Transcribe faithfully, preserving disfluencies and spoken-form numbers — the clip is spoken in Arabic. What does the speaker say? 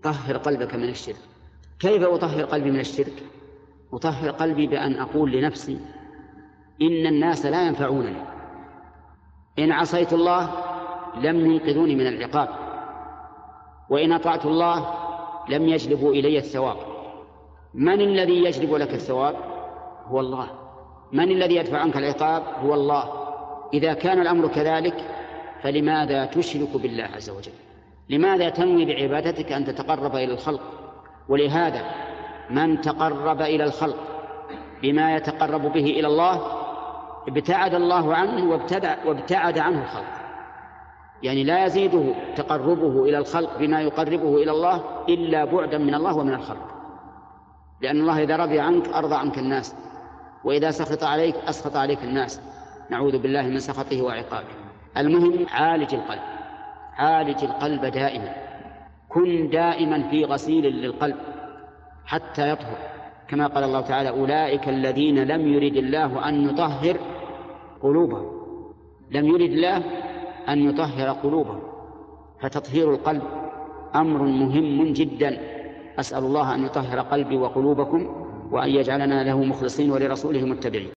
طهر قلبك من الشرك. كيف أطهر قلبي من الشرك؟ أطهر قلبي بأن أقول لنفسي إن الناس لا ينفعونني، إن عصيت الله لم ينقذوني من العقاب، وإن أطعت الله لم يجلبوا إلي الثواب. من الذي يجلب لك الثواب؟ هو الله. من الذي يدفع عنك العقاب؟ هو الله. إذا كان الأمر كذلك فلماذا تشرك بالله عز وجل؟ لماذا تنوي بعبادتك أن تتقرب إلى الخلق؟ ولهذا من تقرب إلى الخلق بما يتقرب به إلى الله ابتعد الله عنه وابتعد عنه الخلق. يعني لا يزيده تقربه إلى الخلق بما يقربه إلى الله إلا بعدا من الله ومن الخلق، لأن الله إذا رضي عنك أرضى عنك الناس، وإذا سخط عليك أسخط عليك الناس، نعوذ بالله من سخطه وعقابه. المهم عالج القلب، عالج القلب دائما، كن دائما في غسيل للقلب حتى يطهر، كما قال الله تعالى أولئك الذين لم يرد الله أن يطهر قلوبهم. لم يرد الله أن يطهر قلوبهم، فتطهير القلب أمر مهم جدا. أسأل الله أن يطهر قلبي وقلوبكم، وأن يجعلنا له مخلصين ولرسوله متبعين.